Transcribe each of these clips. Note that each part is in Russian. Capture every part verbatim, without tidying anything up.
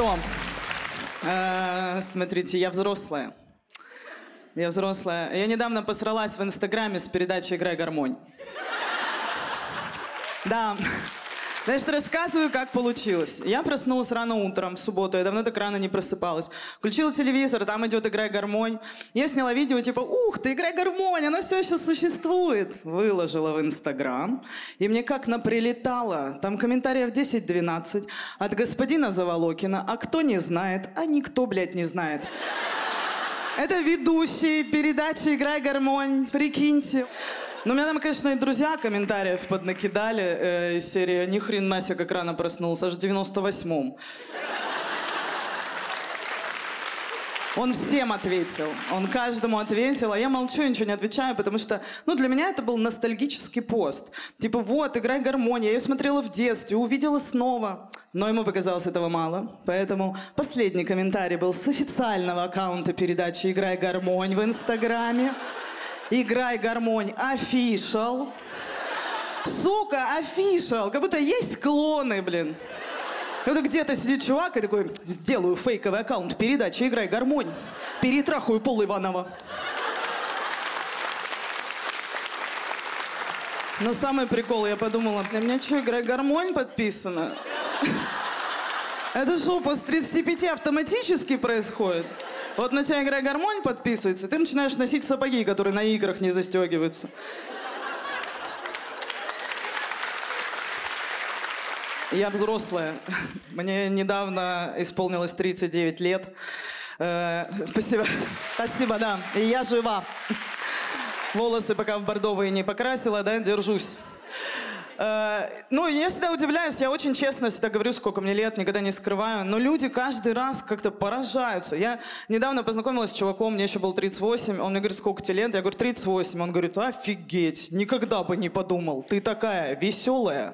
что? Э, смотрите, я взрослая. Я взрослая. Я недавно посралась в Инстаграме с передачи «Играй гармонь». Да. Значит, рассказываю, как получилось. Я проснулась рано утром в субботу, я давно так рано не просыпалась. Включила телевизор, там идет «Играй гармонь». Я сняла видео типа «Ух ты, «Играй гармонь», она все еще существует». Выложила в Инстаграм, и мне как наприлетало. Там комментариев десять-двенадцать от господина Заволокина. А кто не знает? А никто, блядь, не знает. Это ведущий передачи «Играй гармонь», прикиньте. Ну, у меня там, конечно, и друзья комментариев поднакидали э, из серии «Ни хрена себе, как рано проснулся, аж в девяносто восьмом». Он всем ответил, он каждому ответил, а я молчу, ничего не отвечаю, потому что, ну, для меня это был ностальгический пост. Типа, вот, «Играй гармонь», я ее смотрела в детстве, увидела снова. Но ему показалось этого мало, поэтому последний комментарий был с официального аккаунта передачи «Играй гармонь» в Инстаграме. «Играй гармонь official». Сука, official. Как будто есть клоны, блин. Это где-то сидит чувак и такой: сделаю фейковый аккаунт передачи «Играй гармонь». Перетрахаю Пол Иванова. Но самый прикол, я подумала, на меня что, «Играй гармонь» подписано? Это что, после тридцати пяти автоматически происходит? Вот на тебя «Играй гармонь» подписывается, ты начинаешь носить сапоги, которые на играх не застегиваются. Я взрослая. Мне недавно исполнилось тридцать девять лет. Э, спасибо. Спасибо, да. И я жива. Волосы пока в бордовые не покрасила, да, держусь. Э, ну, я всегда удивляюсь, я очень честно всегда говорю, сколько мне лет, никогда не скрываю, но люди каждый раз как-то поражаются. Я недавно познакомилась с чуваком, мне еще было тридцать восемь, он мне говорит, сколько тебе лет? Я говорю, тридцать восемь. Он говорит, офигеть, никогда бы не подумал, ты такая веселая.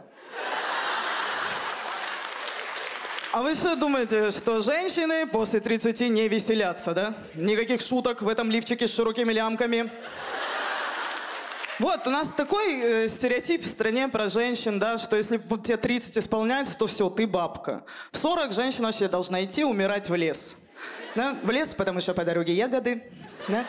А вы что думаете, что женщины после тридцати не веселятся, да? Никаких шуток в этом лифчике с широкими лямками. Вот, у нас такой э, стереотип в стране про женщин, да, что если тебе тридцать исполняется, то все, ты бабка. В сорок женщина вообще должна идти умирать в лес. Да? В лес, потому что по дороге ягоды. Да?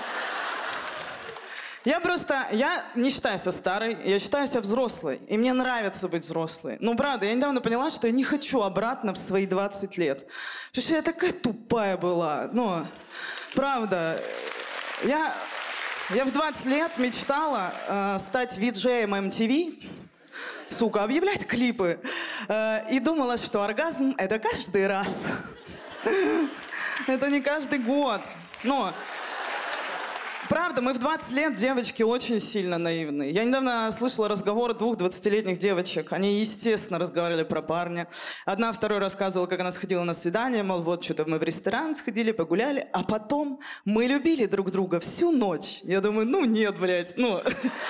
Я просто, я не считаю себя старой, я считаю себя взрослой. И мне нравится быть взрослой. Ну, правда, я недавно поняла, что я не хочу обратно в свои двадцать лет. Потому что я такая тупая была. Ну, правда. Я, я в двадцать лет мечтала э, стать виджеем эм ти ви. Сука, объявлять клипы. Э, и думала, что оргазм — это каждый раз. Это не каждый год. Но... Правда, мы в двадцать лет, девочки, очень сильно наивные. Я недавно слышала разговор двух двадцатилетних девочек. Они, естественно, разговаривали про парня. Одна второй рассказывала, как она сходила на свидание, мол, вот что-то мы в ресторан сходили, погуляли, а потом мы любили друг друга всю ночь. Я думаю, ну нет, блядь, ну...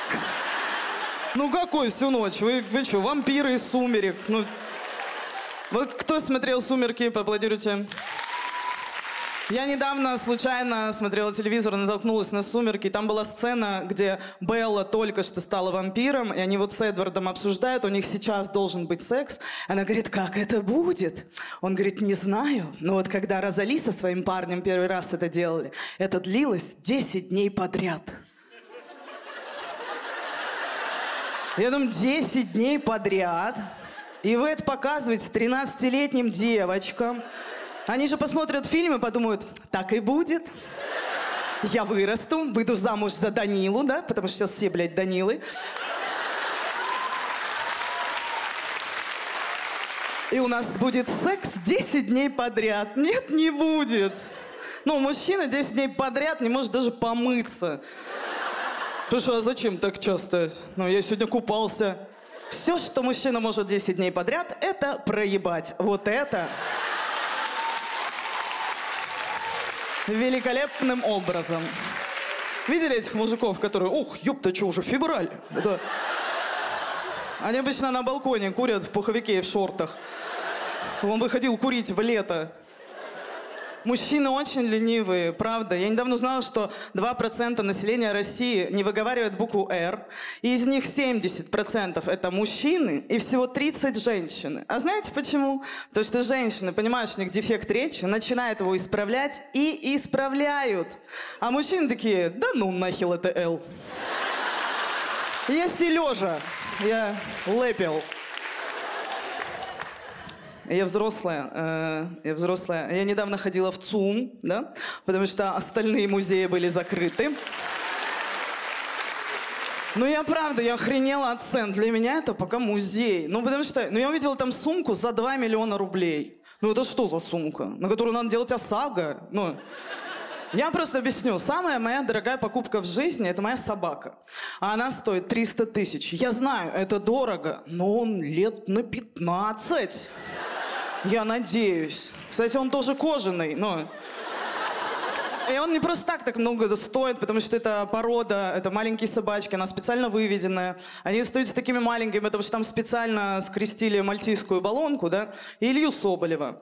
Ну какой всю ночь? Вы, вы что, вампиры из «Сумерек»? Ну... Вот кто смотрел «Сумерки», поаплодируйте. Я недавно случайно смотрела телевизор, натолкнулась на «Сумерки». Там была сцена, где Белла только что стала вампиром, и они вот с Эдвардом обсуждают, у них сейчас должен быть секс. Она говорит, как это будет? Он говорит, не знаю. Но вот когда Розали со своим парнем первый раз это делали, это длилось десять дней подряд. Я думаю, десять дней подряд? И вы это показываете тринадцатилетним девочкам? Они же посмотрят фильм и подумают, так и будет. Я вырасту, выйду замуж за Данилу, да, потому что сейчас все, блядь, Данилы. И у нас будет секс десять дней подряд. Нет, не будет. Ну, мужчина десять дней подряд не может даже помыться. Потому что, а зачем так часто? Ну, я сегодня купался. Все, что мужчина может десять дней подряд, это проебать. Вот это... великолепным образом. Видели этих мужиков, которые, ух, ёпта, что, уже февраль? Это... Они обычно на балконе курят в пуховике и в шортах. Он выходил курить в лето. Мужчины очень ленивые, правда. Я недавно узнала, что два процента населения России не выговаривает букву «Р», и из них семьдесят процентов это мужчины, и всего тридцать женщины. А знаете почему? Потому что женщины, понимаешь, у них дефект речи, начинают его исправлять и исправляют. А мужчины такие: да ну нахил это «Л». Я Сережа, я Лепел. Я взрослая, э, я взрослая. Я недавно ходила в ЦУМ, да, потому что остальные музеи были закрыты. Ну, я правда, я охренела от цен. Для меня это пока музей. Ну, потому что, ну, я увидела там сумку за два миллиона рублей. Ну, это что за сумка, на которую надо делать ОСАГО? Ну, я просто объясню. Самая моя дорогая покупка в жизни – это моя собака. А она стоит триста тысяч. Я знаю, это дорого, но он лет на пятнадцать. Я надеюсь. Кстати, он тоже кожаный, но... И он не просто так так много стоит, потому что это порода, это маленькие собачки, она специально выведенная. Они остаются такими маленькими, потому что там специально скрестили мальтийскую баллонку, да, и Илью Соболева.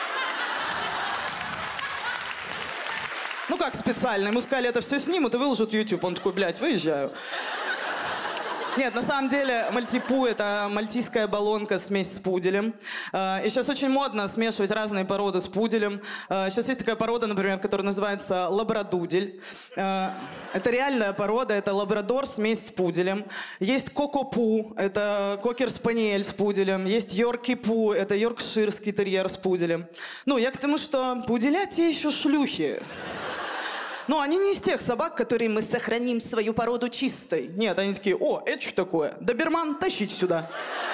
Ну как специально? Ему сказали, это все снимут и выложат в YouTube. Он такой: блядь, выезжаю. Нет, на самом деле мальтипу – это мальтийская баллонка, смесь с пуделем. И сейчас очень модно смешивать разные породы с пуделем. Сейчас есть такая порода, например, которая называется лабрадудель. Это реальная порода, это лабрадор, смесь с пуделем. Есть кокопу, это кокер-спаниель с пуделем. Есть йорки-пу, это йоркширский терьер с пуделем. Ну, я к тому, что пуделя те еще шлюхи. Ну, они не из тех собак, которые мы сохраним свою породу чистой. Нет, они такие: о, это что такое? Доберман, тащите сюда.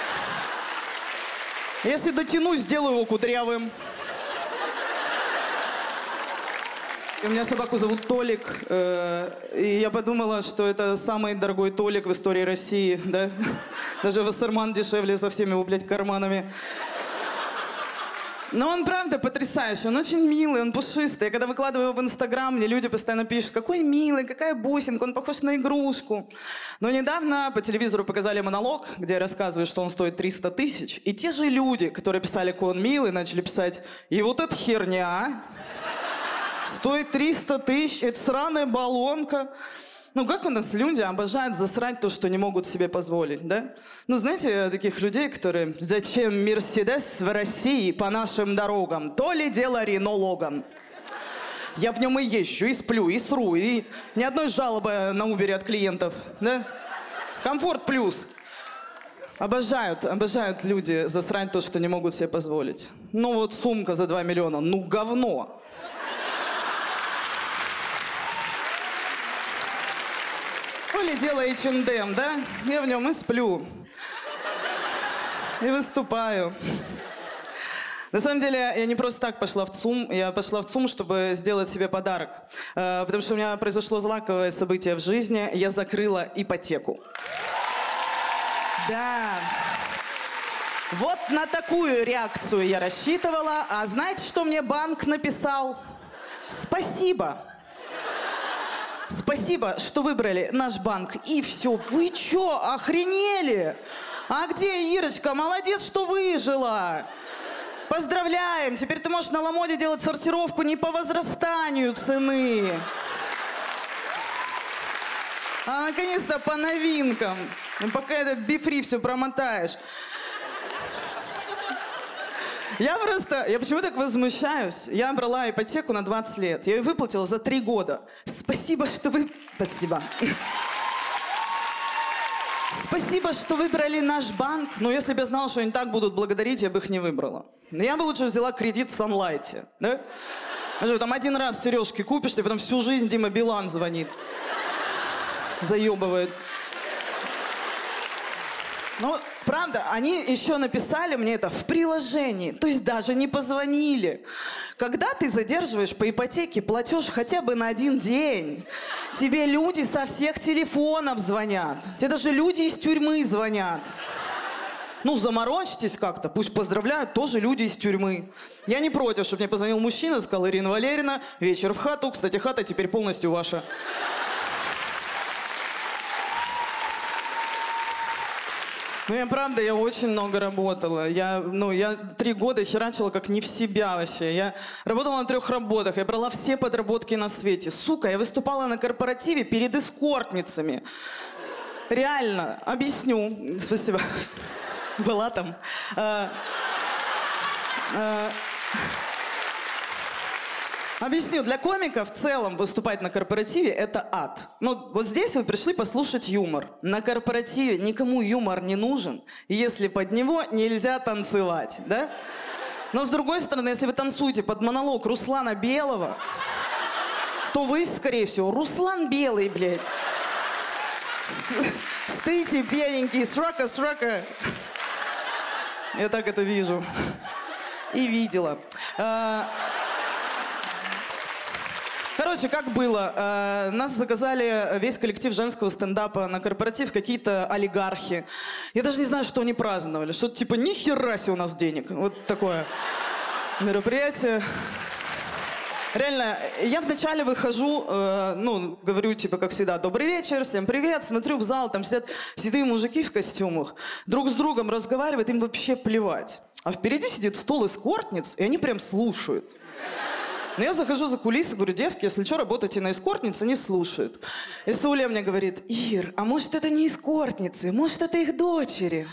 Если дотянусь, сделаю его кудрявым. И у меня собаку зовут Толик. Э, и я подумала, что это самый дорогой Толик в истории России, да? Даже Вассерман дешевле со всеми его, блядь, карманами. Но он, правда, потрясающий, он очень милый, он пушистый. Я когда выкладываю его в Инстаграм, мне люди постоянно пишут: какой милый, какая бусинка, он похож на игрушку. Но недавно по телевизору показали монолог, где я рассказываю, что он стоит триста тысяч. И те же люди, которые писали, какой он милый, начали писать: и вот эта херня стоит триста тысяч, это сраная баллонка. Ну, как у нас люди обожают засрать то, что не могут себе позволить, да? Ну, знаете, таких людей, которые: зачем Мерседес в России по нашим дорогам? То ли дело Рено Логан. Я в нем и езжу, и сплю, и сру, и ни одной жалобы на Убере от клиентов, да? Комфорт плюс. Обожают, обожают люди засрать то, что не могут себе позволить. Ну, вот сумка за два миллиона, ну, говно. Или дело эйч энд эм, да? Я в нем и сплю. И выступаю. На самом деле, я не просто так пошла в ЦУМ. Я пошла в ЦУМ, чтобы сделать себе подарок. Потому что у меня произошло злаковое событие в жизни. Я закрыла ипотеку. Да. Вот на такую реакцию я рассчитывала. А знаете, что мне банк написал? Спасибо. Спасибо, что выбрали наш банк. И все. Вы чё, охренели? А где Ирочка? Молодец, что выжила. Поздравляем. Теперь ты можешь на Ламоде делать сортировку не по возрастанию цены, а наконец-то по новинкам. Ну, пока это бифри все промотаешь. Я просто, я почему так возмущаюсь? Я брала ипотеку на двадцать лет. Я ее выплатила за три года. Спасибо, что вы... Спасибо. Спасибо, что выбрали наш банк. Но если бы я знала, что они так будут благодарить, я бы их не выбрала. Но я бы лучше взяла кредит в Санлайте, да? А что, там один раз сережки купишь, тебе потом всю жизнь Дима Билан звонит. Заебывает. Ну, правда, они еще написали мне это в приложении, то есть даже не позвонили. Когда ты задерживаешь по ипотеке платеж хотя бы на один день, тебе люди со всех телефонов звонят, тебе даже люди из тюрьмы звонят. Ну, заморочьтесь как-то, пусть поздравляют тоже люди из тюрьмы. Я не против, чтобы мне позвонил мужчина, сказал: Ирина Валерьевна, вечер в хату, кстати, хата теперь полностью ваша. Ну, я правда, я очень много работала. Я, ну, я три года херачила как не в себя вообще. Я работала на трех работах, я брала все подработки на свете. Сука, я выступала на корпоративе перед эскортницами. Реально, объясню. Спасибо. Была там. А, а, Объясню, для комика в целом выступать на корпоративе — это ад. Ну, вот здесь вы пришли послушать юмор. На корпоративе никому юмор не нужен, если под него нельзя танцевать, да? Но с другой стороны, если вы танцуете под монолог Руслана Белого, то вы, скорее всего, Руслан Белый, блядь. Стоите пьяненькие, срака, срака. Я так это вижу. И видела. Короче, как было? Э, нас заказали весь коллектив женского стендапа на корпоратив какие-то олигархи. Я даже не знаю, что они праздновали. Что-то типа ни хера себе у нас денег. Вот такое мероприятие. Реально, я вначале выхожу, э, ну, говорю, типа, как всегда, добрый вечер, всем привет, смотрю в зал, там сидят седые мужики в костюмах, друг с другом разговаривают, им вообще плевать. А впереди сидит стол эскортниц, и они прям слушают. Но я захожу за кулисы, говорю, девки, если что, работаете на эскортнице, не слушают. И Сауля мне говорит, Ир, а может это не эскортницы, может это их дочери?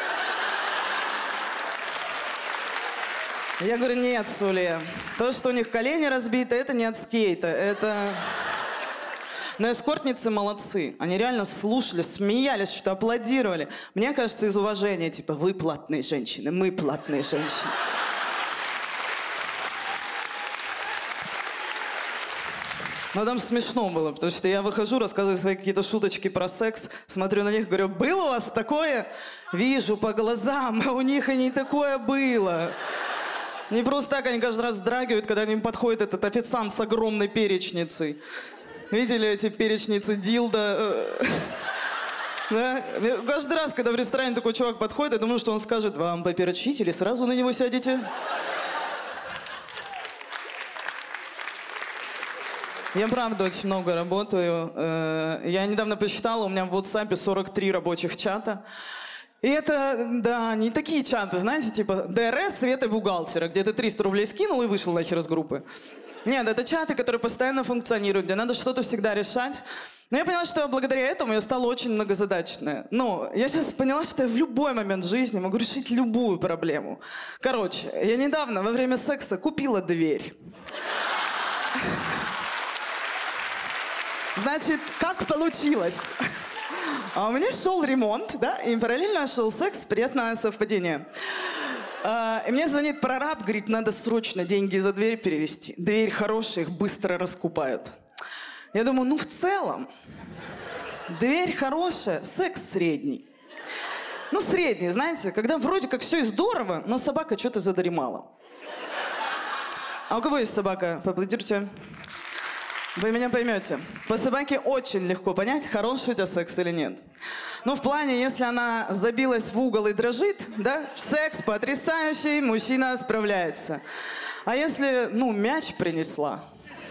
Я говорю, нет, Сауля, то, что у них колени разбиты, это не от скейта, это... Но эскортницы молодцы, они реально слушали, смеялись, что аплодировали. Мне кажется, из уважения, типа, вы платные женщины, мы платные женщины. Но там смешно было, потому что я выхожу, рассказываю свои какие-то шуточки про секс, смотрю на них, говорю, было у вас такое? Вижу по глазам, а у них и не такое было. Не просто так, они каждый раз вздрагивают, когда к ним подходит этот официант с огромной перечницей. Видели эти перечницы дилда? Да? Каждый раз, когда в ресторане такой чувак подходит, я думаю, что он скажет, вам поперчить или сразу на него сядете? Я правда очень много работаю. Я недавно посчитала, у меня в WhatsApp сорок три рабочих чата. И это, да, не такие чаты, знаете, типа ДРС, Света бухгалтера, где ты триста рублей скинул и вышел нахер из группы. Нет, это чаты, которые постоянно функционируют, где надо что-то всегда решать. Но я поняла, что благодаря этому я стала очень многозадачная. Ну, я сейчас поняла, что я в любой момент жизни могу решить любую проблему. Короче, я недавно во время секса купила дверь. Значит, как получилось? А у меня шел ремонт, да, и параллельно шел секс, приятное совпадение. А, и мне звонит прораб, говорит, надо срочно деньги за дверь перевести. Дверь хорошая, их быстро раскупают. Я думаю, ну в целом, дверь хорошая, секс средний. Ну средний, знаете, когда вроде как все и здорово, но собака что-то задремала. А у кого есть собака? Поаплодируйте. Вы меня поймете. По собаке очень легко понять, хороший у тебя секс или нет. Ну, в плане, если она забилась в угол и дрожит, да, секс потрясающий, мужчина справляется. А если, ну, мяч принесла?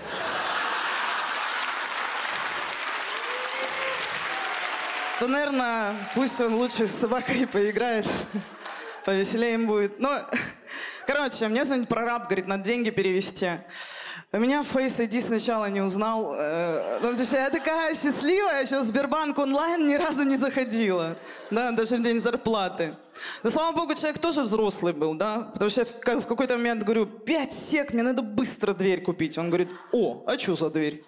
То, наверное, пусть он лучше с собакой поиграет, повеселее им будет. Ну, короче, мне звонит прораб, говорит, надо деньги перевести. У меня Face ай ди сначала не узнал, э, потому что я такая счастливая, еще в Сбербанк онлайн ни разу не заходила, да, даже в день зарплаты. Но, слава богу, человек тоже взрослый был, да, потому что я в какой-то момент говорю, пять сек, мне надо быстро дверь купить. Он говорит, о, а что за дверь?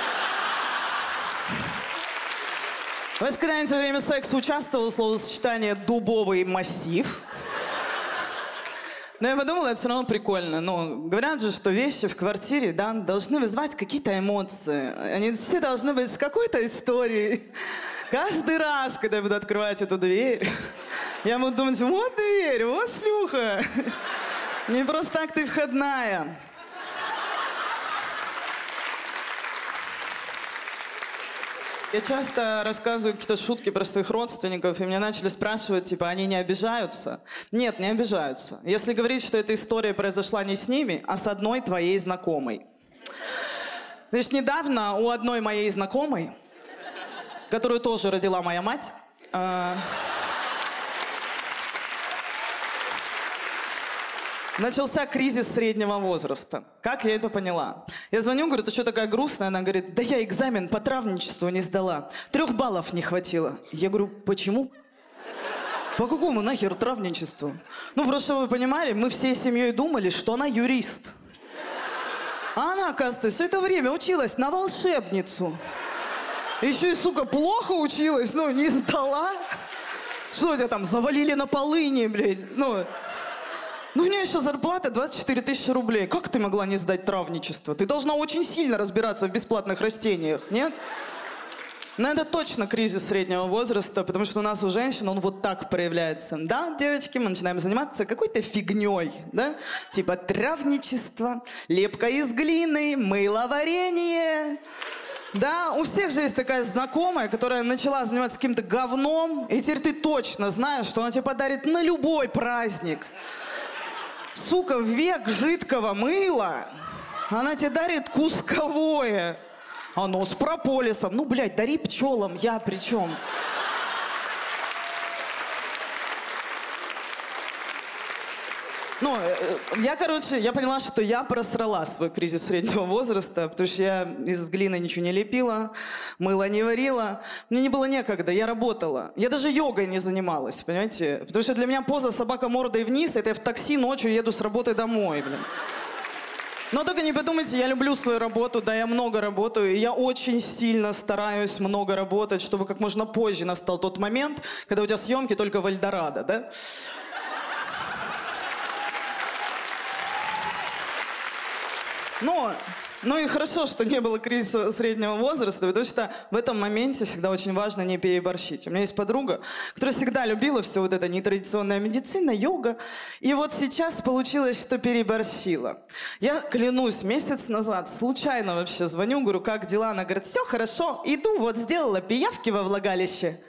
Вы когда-нибудь во время секса участвовал в словосочетании «дубовый массив»? Но я подумала, это все равно прикольно. Ну, говорят же, что вещи в квартире, да, должны вызывать какие-то эмоции. Они все должны быть с какой-то историей. Каждый раз, когда я буду открывать эту дверь, я буду думать, вот дверь, вот шлюха. Не просто так ты входная. Я часто рассказываю какие-то шутки про своих родственников, и меня начали спрашивать, типа, они не обижаются? Нет, не обижаются. Если говорить, что эта история произошла не с ними, а с одной твоей знакомой. Значит, недавно у одной моей знакомой, которую тоже родила моя мать, э, Начался кризис среднего возраста. Как я это поняла? Я звоню, говорю, ты что такая грустная? Она говорит, да я экзамен по травничеству не сдала. Трех баллов не хватило. Я говорю, почему? По какому нахер травничеству? Ну, просто, чтобы вы понимали, мы всей семьей думали, что она юрист. А она, оказывается, все это время училась на волшебницу. Еще и, сука, плохо училась, ну, не сдала. Что тебя там, завалили на полыни, блядь, ну... Ну, у нее еще зарплата двадцать четыре тысячи рублей. Как ты могла не сдать травничество? Ты должна очень сильно разбираться в бесплатных растениях, нет? Но это точно кризис среднего возраста, потому что у нас у женщин он вот так проявляется. Да, девочки, мы начинаем заниматься какой-то фигней, да? Типа травничество, лепка из глины, мыловарение. Да, у всех же есть такая знакомая, которая начала заниматься каким-то говном, и теперь ты точно знаешь, что она тебе подарит на любой праздник. Сука, в век жидкого мыла она тебе дарит кусковое. Оно с прополисом. Ну, блядь, дари пчелам, я при чем? Ну, я, короче, я поняла, что я просрала свой кризис среднего возраста, потому что я из глины ничего не лепила, мыло не варила. Мне не было некогда, я работала. Я даже йогой не занималась, понимаете? Потому что для меня поза собака мордой вниз, это я в такси ночью еду с работы домой, блин. Но только не подумайте, я люблю свою работу, да, я много работаю, и я очень сильно стараюсь много работать, чтобы как можно позже настал тот момент, когда у тебя съемки только в Эльдорадо, да? Но, ну и хорошо, что не было кризиса среднего возраста, потому что в этом моменте всегда очень важно не переборщить. У меня есть подруга, которая всегда любила все вот это нетрадиционная медицина, йога. И вот сейчас получилось, что переборщила. Я, клянусь, месяц назад случайно вообще звоню, говорю, как дела? Она говорит, все хорошо, иду, вот сделала пиявки во влагалище.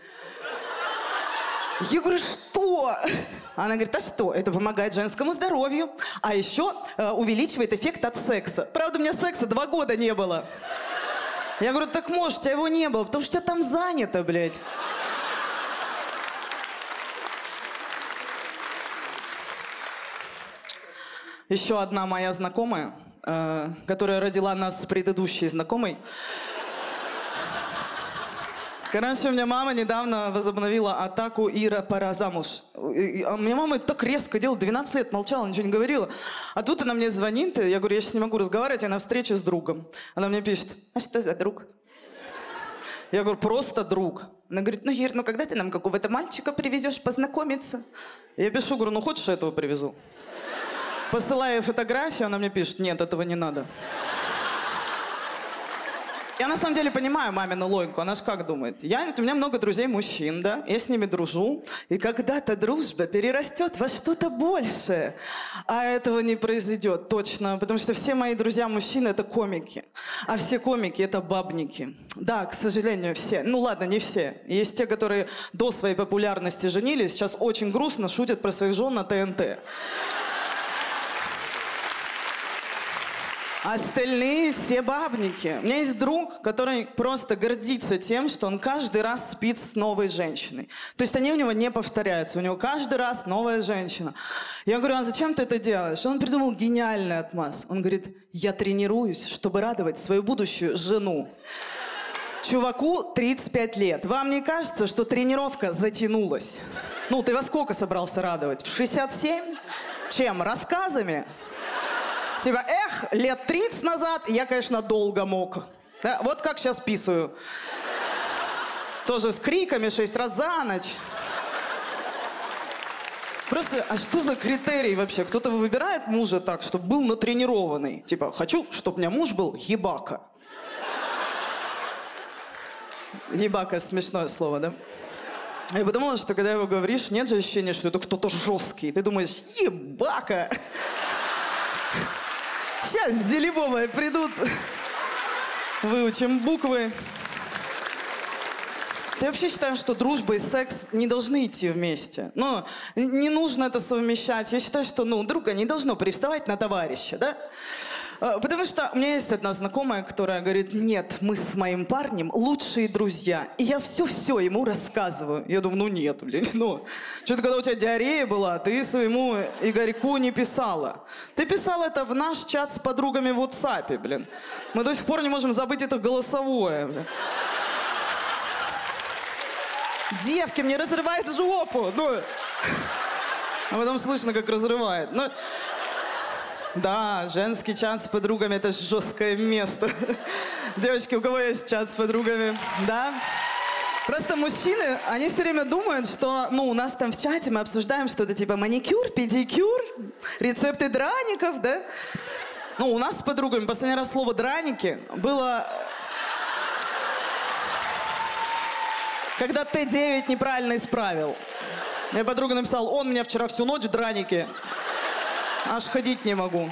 Я говорю, что? Она говорит, а что? Это помогает женскому здоровью. А еще э, увеличивает эффект от секса. Правда, у меня секса два года не было. Я говорю, так может, у тебя его не было, потому что у тебя там занято, блядь. Еще одна моя знакомая, э, которая родила нас с предыдущей знакомой. Короче, у меня мама недавно возобновила атаку «Ира, пора замуж». И, а у меня мама это так резко делала, двенадцать лет молчала, ничего не говорила. А тут она мне звонит, и я говорю, я сейчас не могу разговаривать, я на встрече с другом. Она мне пишет, а что за друг? Я говорю, просто друг. Она говорит, ну, Ир, ну когда ты нам какого-то мальчика привезешь познакомиться? Я пишу, говорю, ну хочешь, я этого привезу? Посылаю ей фотографию, она мне пишет, нет, этого не надо. Я на самом деле понимаю мамину логику. Она же как думает? Я, у меня много друзей мужчин, да? Я с ними дружу. И когда-то дружба перерастет во что-то большее. А этого не произойдет точно. Потому что все мои друзья мужчины — это комики. А все комики — это бабники. Да, к сожалению, все. Ну ладно, не все. Есть те, которые до своей популярности женились. Сейчас очень грустно шутят про своих жен на ТНТ. Остальные все бабники. У меня есть друг, который просто гордится тем, что он каждый раз спит с новой женщиной. То есть они у него не повторяются. У него каждый раз новая женщина. Я говорю, а зачем ты это делаешь? Он придумал гениальный отмаз. Он говорит, я тренируюсь, чтобы радовать свою будущую жену. Чуваку тридцать пять лет. Вам не кажется, что тренировка затянулась? Ну, ты во сколько собрался радовать? В шестьдесят семь? Чем? Рассказами? Типа, эх, лет тридцать назад я, конечно, долго мог. Да, вот как сейчас писаю. Тоже с криками шесть раз за ночь. Просто, а что за критерий вообще? Кто-то выбирает мужа так, чтобы был натренированный. Типа, хочу, чтобы у меня муж был ебака. Ебака — смешное слово, да? Я подумала, что когда его говоришь, нет же ощущения, что это кто-то жесткий. Ты думаешь, ебака. Сейчас Зелебовые придут, выучим буквы. Я вообще считаю, что дружба и секс не должны идти вместе. Ну, не нужно это совмещать. Я считаю, что, ну, друга не должно приставать на товарища, да? Потому что у меня есть одна знакомая, которая говорит, нет, мы с моим парнем лучшие друзья. И я все-все ему рассказываю. Я думаю, ну нет, блин, ну. Что-то когда у тебя диарея была, ты своему Игорьку не писала. Ты писала это в наш чат с подругами в WhatsApp, блин. Мы до сих пор не можем забыть это голосовое, блин. Девки, мне разрывает жопу, ну. А потом слышно, как разрывает. Ну, да, женский чат с подругами — это жесткое место. Девочки, у кого есть чат с подругами? Да? Просто мужчины, они все время думают, что, ну, у нас там в чате мы обсуждаем что-то типа маникюр, педикюр, рецепты драников, да? Ну, у нас с подругами последний раз слово «драники» было... Когда Т девять неправильно исправил. Мне подруга написала, он меня вчера всю ночь драники. Аж ходить не могу.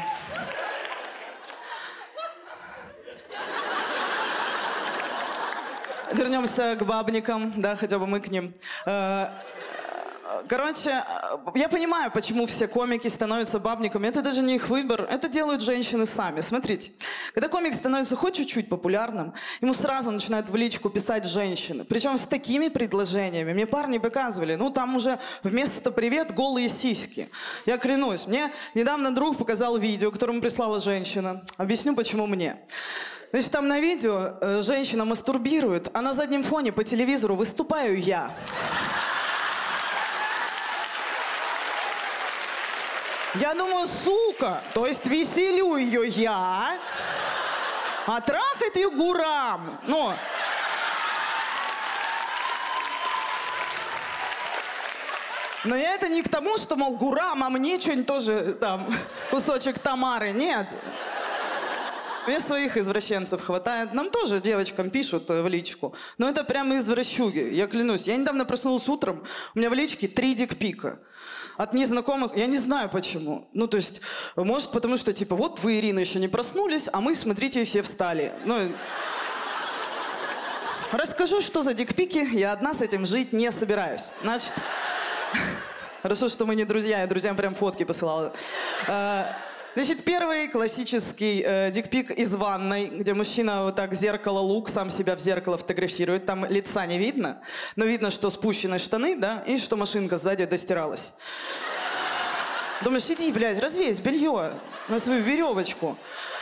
Вернемся к бабникам, да, хотя бы мы к ним. Короче, я понимаю, почему все комики становятся бабниками. Это даже не их выбор. Это делают женщины сами. Смотрите, когда комик становится хоть чуть-чуть популярным, ему сразу начинают в личку писать женщины. Причем с такими предложениями. Мне парни показывали, ну там уже вместо «привет» голые сиськи. Я клянусь, мне недавно друг показал видео, которое ему прислала женщина. Объясню, почему мне. Значит, там на видео э, женщина мастурбирует, а на заднем фоне по телевизору выступаю я. Я думаю, сука, то есть веселю ее я, а трахает ее Гурам. Ну. Но я это не к тому, что, мол, Гурам, а мне что-нибудь тоже, там, кусочек Тамары. Нет. Мне своих извращенцев хватает. Нам тоже девочкам пишут в личку. Но это прямо извращуги, я клянусь. Я недавно проснулась утром, у меня в личке три дикпика. От незнакомых, я не знаю почему. Ну, то есть, может, потому что, типа, вот вы, Ирина, еще не проснулись, а мы, смотрите, все встали. Ну, расскажу, что за дикпики, я одна с этим жить не собираюсь. Значит, хорошо, что мы не друзья, я друзьям прям фотки посылала. Значит, первый классический э, дикпик из ванной, где мужчина вот так зеркало лук, сам себя в зеркало фотографирует. Там лица не видно, но видно, что спущены штаны, да, и что машинка сзади достиралась. Думаешь, иди, блядь, развесь белье на свою веревочку.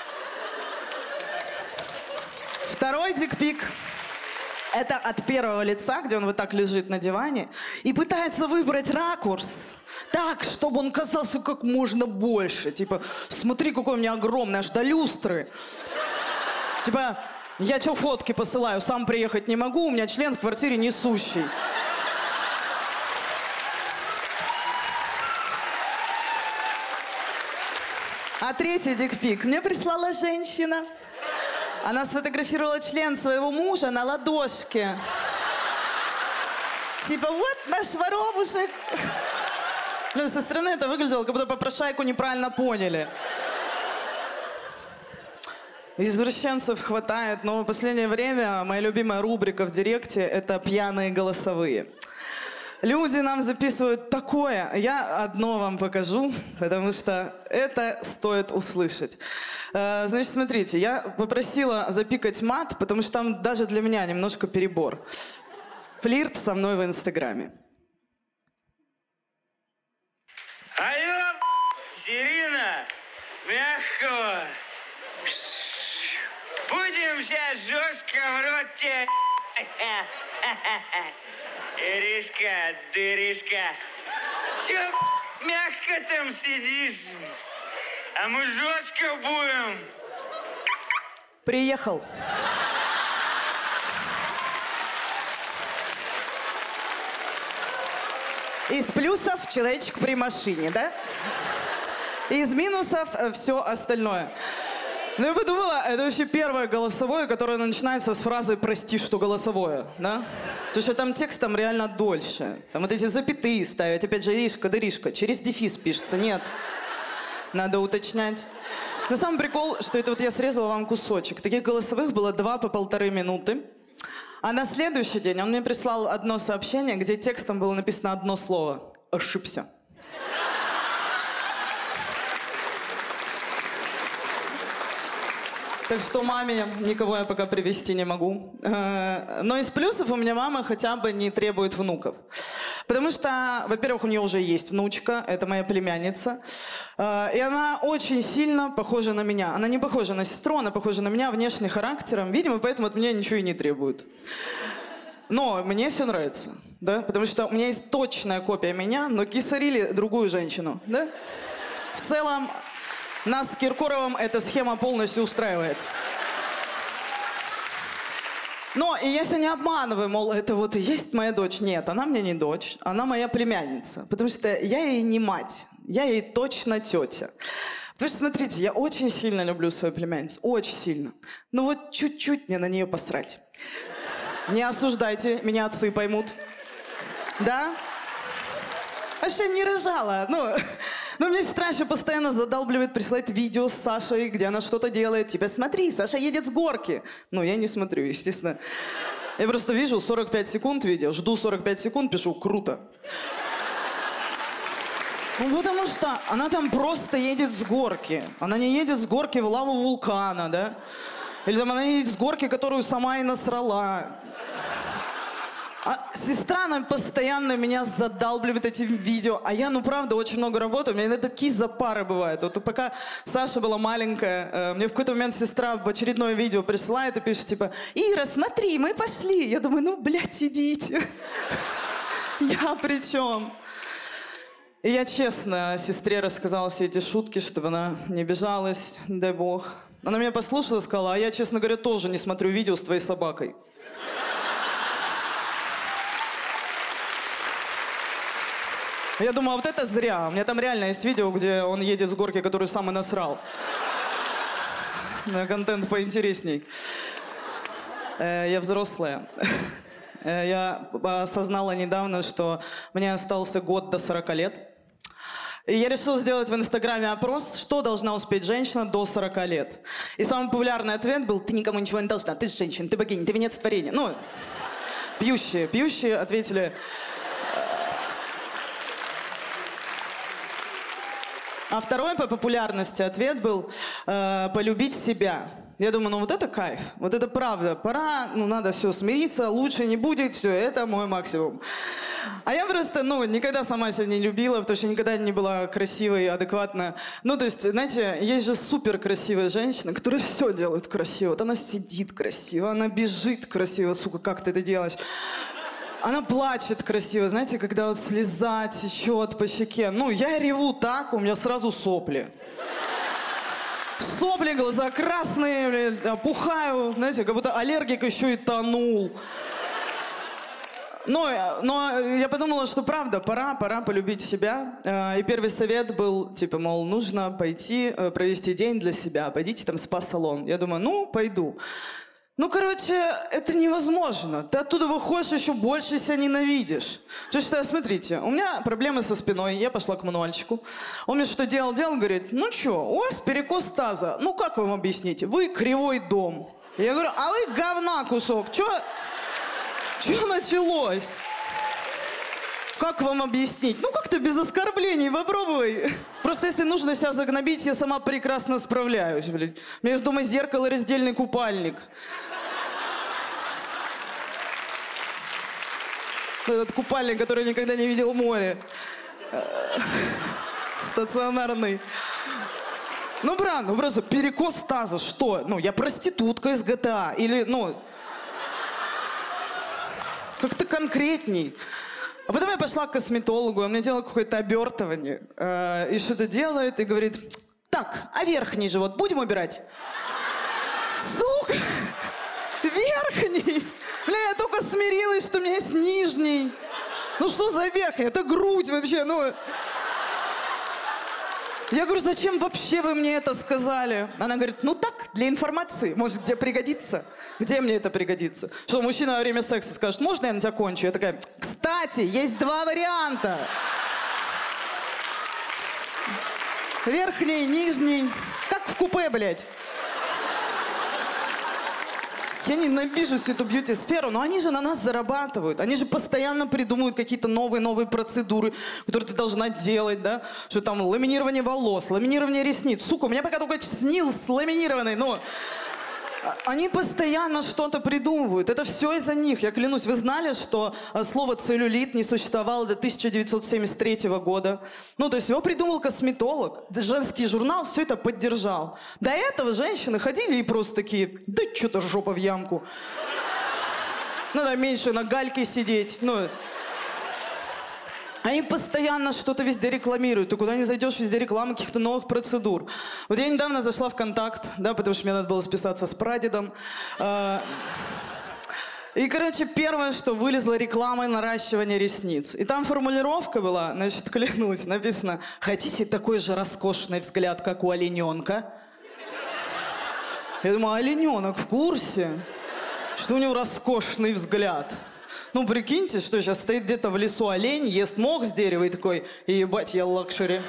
Второй дикпик. Это от первого лица, где он вот так лежит на диване и пытается выбрать ракурс так, чтобы он казался как можно больше. Типа, смотри, какой у меня огромный, аж до люстры. Типа, я что фотки посылаю, сам приехать не могу, у меня член в квартире несущий. А третий дикпик мне прислала женщина. Она сфотографировала член своего мужа на ладошке. Типа, вот наш воробушек. Блин, со стороны это выглядело, как будто попрошайку неправильно поняли. Извращенцев хватает, но в последнее время моя любимая рубрика в Директе — это пьяные голосовые. Люди нам записывают такое. Я одно вам покажу, потому что это стоит услышать. Значит, смотрите, я попросила запикать мат, потому что там даже для меня немножко перебор. Флирт со мной в Инстаграме. Алло, Ирина, мягкого. Будем сейчас жестко в рот тебе. Иришка, дыришка. Че мягко там сидишь? А мы жестко будем. Приехал. Из плюсов человечек при машине, да? Из минусов все остальное. Ну, я подумала, это вообще первое голосовое, которое начинается с фразы «прости, что голосовое», да? Потому что там текст там реально дольше. Там вот эти запятые ставят, опять же, Иришка, дыришка. Через дефис пишется, нет. Надо уточнять. Но самый прикол, что это вот я срезала вам кусочек. Таких голосовых было два по полторы минуты. А на следующий день он мне прислал одно сообщение, где текстом было написано одно слово. Ошибся. Так что маме никого я пока привезти не могу. Но из плюсов у меня мама хотя бы не требует внуков. Потому что, во-первых, у нее уже есть внучка, это моя племянница. И она очень сильно похожа на меня. Она не похожа на сестру, она похожа на меня внешне, характером. Видимо, поэтому от меня ничего и не требует. Но мне все нравится, да? Потому что у меня есть точная копия меня, но кисарили другую женщину, да? В целом, нас с Киркоровым эта схема полностью устраивает. Но и я себя не обманываю, мол, это вот и есть моя дочь. Нет, она мне не дочь, она моя племянница. Потому что я ей не мать, я ей точно тетя. Потому что, смотрите, я очень сильно люблю свою племянницу, очень сильно. Но вот чуть-чуть мне на нее посрать. Не осуждайте, меня отцы поймут. Да? А что я не рожала? Ну, но мне сестра еще постоянно задалбливает присылать видео с Сашей, где она что-то делает. Типа, смотри, Саша едет с горки. Ну, я не смотрю, естественно. Я просто вижу сорок пять секунд видео, жду сорок пять секунд, пишу «круто». Ну, потому что она там просто едет с горки. Она не едет с горки в лаву вулкана, да? Или там она едет с горки, которую сама и насрала. А сестра, она постоянно меня задалбливает этим видео. А я, ну правда, очень много работаю. У меня иногда такие запары бывают. Вот пока Саша была маленькая, э, мне в какой-то момент сестра в очередное видео присылает и пишет, типа, Ира, смотри, мы пошли. Я думаю, ну, блядь, идите. Я при чем? И я честно сестре рассказала все эти шутки, чтобы она не обижалась, не дай бог. Она меня послушала и сказала, а я, честно говоря, тоже не смотрю видео с твоей собакой. Я думаю, а вот это зря. У меня там реально есть видео, где он едет с горки, которую сам и насрал. Контент поинтересней. Я взрослая. Я осознала недавно, что мне остался год до сорока лет. И я решила сделать в Инстаграме опрос, что должна успеть женщина до сорока лет. И самый популярный ответ был, ты никому ничего не должна, ты же женщина, ты богиня, ты венец творения. Ну, пьющие, пьющие ответили... А второй по популярности ответ был э, «полюбить себя». Я думаю, ну вот это кайф, вот это правда. Пора, ну надо все смириться, лучше не будет, все, это мой максимум. А я просто, ну, никогда сама себя не любила, потому что никогда не была красивой, адекватно. Ну, то есть, знаете, есть же супер красивая женщина, которая все делает красиво. Вот она сидит красиво, она бежит красиво, сука, как ты это делаешь? Она плачет красиво, знаете, когда вот слеза течет по щеке. Ну, я реву так, у меня сразу сопли. Сопли, глаза красные, блин, опухаю, знаете, как будто аллергик еще и тонул. Но, но я подумала, что правда, пора, пора полюбить себя. И первый совет был, типа, мол, нужно пойти провести день для себя. Пойдите там в спа-салон. Я думаю, ну, пойду. Ну, короче, это невозможно. Ты оттуда выходишь, еще больше себя ненавидишь. Потому что, смотрите, у меня проблемы со спиной. Я пошла к мануальщику. Он мне что делал, делал, говорит, ну что, у вас перекос таза. Ну, как вам объяснить? Вы кривой дом. Я говорю, а вы говна кусок. Че? Че началось? Как вам объяснить? Ну, как-то без оскорблений, попробуй. Просто если нужно себя загнобить, я сама прекрасно справляюсь, блядь. У меня есть дома зеркало и раздельный купальник. Этот купальник, который никогда не видел море. Стационарный. Ну, брат, ну просто перекос таза, что? Ну, я проститутка из джи ти эй. Или, ну... Как-то конкретней. А потом я пошла к косметологу, он мне делал какое-то обертывание. Э, и что-то делает, и говорит, так, а верхний живот будем убирать? Сука! Верхний! Бля, я только смирилась, что у меня есть нижний. Ну что за верхний? Это грудь вообще, ну... Я говорю, зачем вообще вы мне это сказали? Она говорит, ну так, для информации. Может, где пригодится? Где мне это пригодится? Что, мужчина во время секса скажет, можно я на тебя кончу? Я такая, кстати, есть два варианта. Верхний, нижний. Как в купе, блядь. Я ненавижу всю эту бьюти-сферу, но они же на нас зарабатывают. Они же постоянно придумывают какие-то новые-новые процедуры, которые ты должна делать, да? Что там ламинирование волос, ламинирование ресниц. Сука, у меня пока только снилс ламинированный, но... Они постоянно что-то придумывают. Это все из-за них. Я клянусь, вы знали, что слово «целлюлит» не существовало до тысяча девятьсот семьдесят третьего года? Ну, то есть его придумал косметолог. Женский журнал все это поддержал. До этого женщины ходили и просто такие: да что-то жопа в ямку. Надо меньше на гальке сидеть. Ну... Они постоянно что-то везде рекламируют. Ты куда не зайдешь, везде реклама каких-то новых процедур. Вот я недавно зашла в «Контакт», да, потому что мне надо было списаться с прадедом. И, короче, первое, что вылезла, реклама наращивания ресниц. И там формулировка была, значит, клянусь, написано: хотите такой же роскошный взгляд, как у олененка? Я думаю, олененок в курсе, что у него роскошный взгляд? Ну, прикиньте, что сейчас стоит где-то в лесу олень, ест мох с дерева и такой: ебать, я лакшери.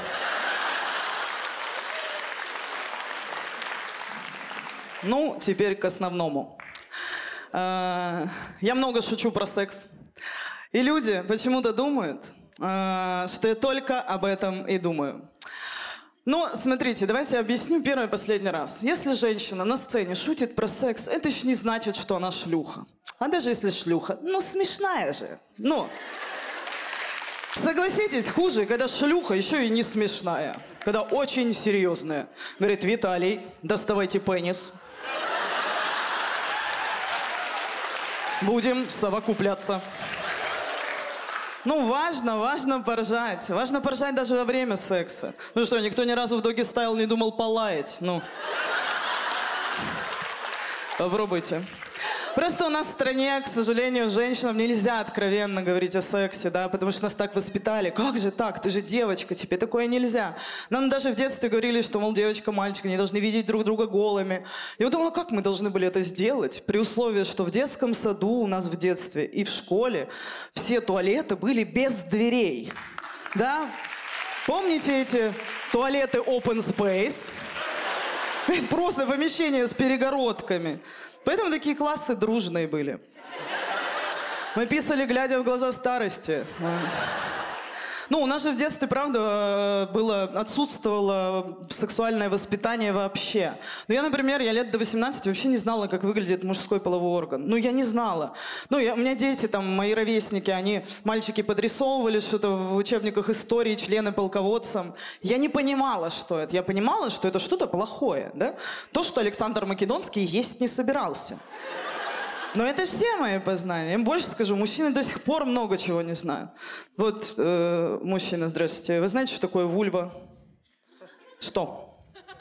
Ну, теперь к основному. Я много шучу про секс. И люди почему-то думают, что я только об этом и думаю. Ну, смотрите, давайте я объясню первый и последний раз. Если женщина на сцене шутит про секс, это еще не значит, что она шлюха. А даже если шлюха, ну, смешная же. Ну, согласитесь, хуже, когда шлюха еще и не смешная. Когда очень серьезная. Говорит: Виталий, доставайте пенис. Будем совокупляться. Ну, важно, важно поржать. Важно поржать даже во время секса. Ну что, никто ни разу в доги-стайл не думал полаять? Ну. Попробуйте. Просто у нас в стране, к сожалению, женщинам нельзя откровенно говорить о сексе, да, потому что нас так воспитали. Как же так? Ты же девочка, тебе такое нельзя. Нам даже в детстве говорили, что, мол, девочка, мальчик не должны видеть друг друга голыми. Я вот думаю, как мы должны были это сделать, при условии, что в детском саду у нас в детстве и в школе все туалеты были без дверей, да? Помните эти туалеты open space? Это просто помещение с перегородками. Поэтому такие классы дружные были. Мы писали, глядя в глаза старости. Ну, у нас же в детстве, правда, было, отсутствовало сексуальное воспитание вообще. Ну, я, например, я лет до восемнадцати вообще не знала, как выглядит мужской половой орган. Ну, я не знала. Ну, я, у меня дети, там, мои ровесники, они, мальчики, подрисовывали что-то в учебниках истории, члены полководцам. Я не понимала, что это. Я понимала, что это что-то плохое, да? То, что Александр Македонский есть не собирался. Но это все мои познания. Я им больше скажу, мужчины до сих пор много чего не знают. Вот, э, мужчина, здравствуйте. Вы знаете, что такое вульва? Что?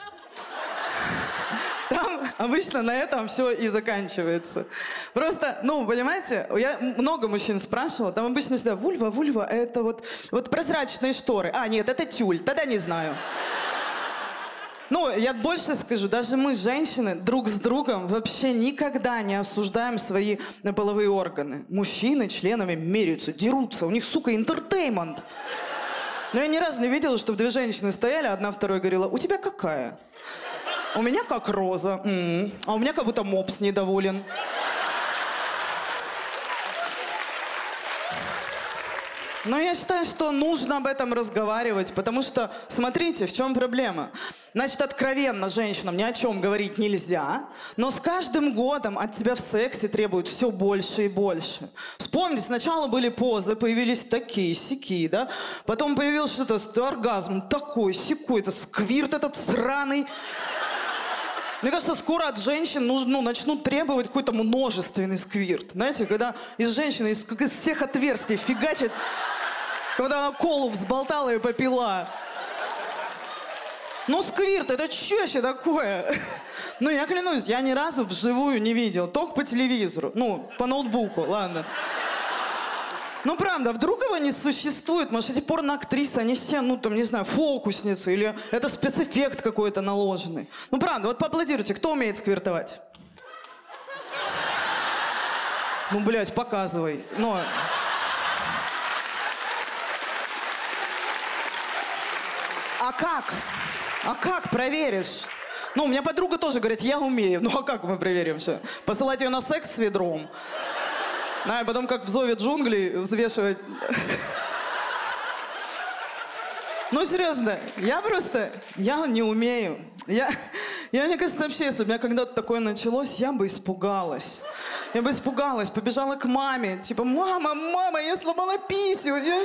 Там обычно на этом все и заканчивается. Просто, ну, понимаете, я много мужчин спрашивала, там обычно всегда вульва, вульва, это вот, вот прозрачные шторы. А, нет, это тюль, тогда не знаю. Ну, я больше скажу, даже мы, женщины, друг с другом вообще никогда не обсуждаем свои половые органы. Мужчины членами меряются, дерутся, у них, сука, интертеймент. Но я ни разу не видела, чтобы две женщины стояли, одна второй говорила: у тебя какая? У меня как роза, м-м. А у меня как будто мопс недоволен. Но я считаю, что нужно об этом разговаривать, потому что, смотрите, в чем проблема. Значит, откровенно женщинам ни о чем говорить нельзя, но с каждым годом от тебя в сексе требуют все больше и больше. Вспомните, сначала были позы, появились такие, сякие, да? Потом появился что-то, оргазм такой, сякой, это сквирт этот сраный. Мне кажется, скоро от женщин ну, начнут требовать какой-то множественный сквирт. Знаете, когда из женщины из, из всех отверстий фигачит, когда она колу взболтала и попила. Ну, сквирт, это что вообще такое? Ну, я клянусь, я ни разу вживую не видел, только по телевизору. Ну, по ноутбуку, ладно. Ну, правда, вдруг его не существует? Может, эти порноактрисы, они все, ну, там, не знаю, фокусницы, или это спецэффект какой-то наложенный. Ну, правда, вот поаплодируйте, кто умеет сквиртовать? Ну, блядь, показывай. Но... А как? А как проверишь? Ну, у меня подруга тоже говорит, я умею. Ну, а как мы проверим все? Посылать ее на секс с ведром? А потом, как в «Зове джунглей», взвешивать. Ну, серьезно, я просто... Я не умею. Я, Я, мне кажется, вообще, если бы у меня когда-то такое началось, я бы испугалась. Я бы испугалась, побежала к маме. Типа, мама, мама, я сломала писю. Я...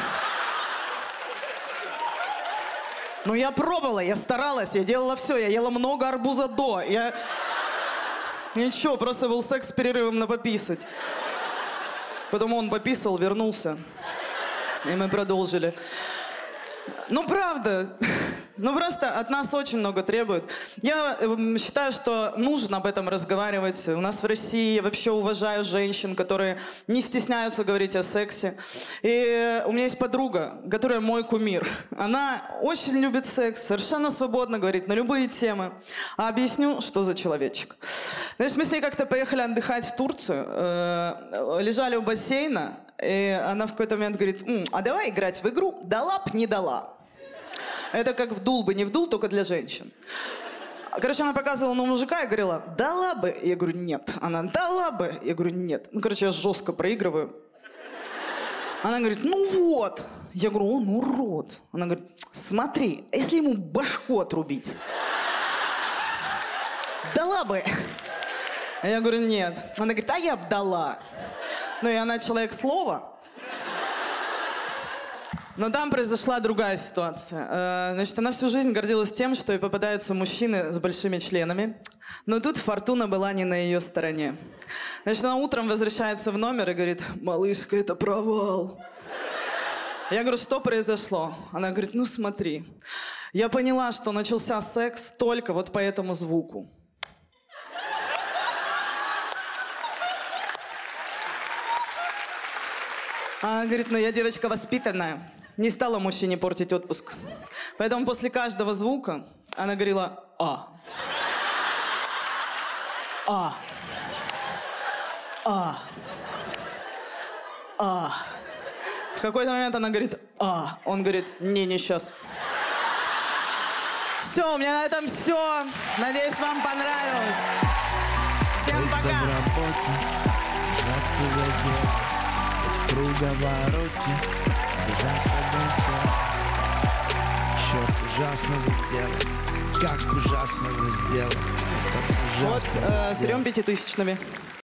Ну, я пробовала, я старалась, я делала все. Я ела много арбуза до. Я... Ничего, просто был секс с перерывом на пописать. Потом он пописал, вернулся. И мы продолжили. Ну, правда. Ну, просто от нас очень много требуют. Я э, считаю, что нужно об этом разговаривать. У нас в России я вообще уважаю женщин, которые не стесняются говорить о сексе. И у меня есть подруга, которая мой кумир. Она очень любит секс, совершенно свободно говорит на любые темы. А объясню, что за человечек. Значит, мы с ней как-то поехали отдыхать в Турцию. Э, лежали у бассейна, и она в какой-то момент говорит: М, а давай играть в игру «Дала б, не дала». Это как вдул бы, не вдул, только для женщин. Короче, она показывала на мужика и говорила: дала бы. Я говорю: нет. Она: дала бы. Я говорю: нет. Ну, короче, я жестко проигрываю. Она говорит: ну вот. Я говорю: он урод. Она говорит: смотри, а если ему башку отрубить? Дала бы. А я говорю: нет. Она говорит: а я б дала. Ну и она человек слова. Но там произошла другая ситуация. Значит, она всю жизнь гордилась тем, что ей попадаются мужчины с большими членами. Но тут фортуна была не на ее стороне. Значит, она утром возвращается в номер и говорит: малышка, это провал. Я говорю: что произошло? Она говорит: ну смотри, я поняла, что начался секс только вот по этому звуку. Она говорит: ну я девочка воспитанная. Не стала мужчине портить отпуск. Поэтому после каждого звука она говорила: а. А. А. А. В какой-то момент она говорит: а. Он говорит: не, не сейчас. Все, у меня на этом все. Надеюсь, вам понравилось. Всем пока. Круговороте, бежать по черт, ужасно задело. Как ужасно задело. Вот, э, с Серём пятитысячными.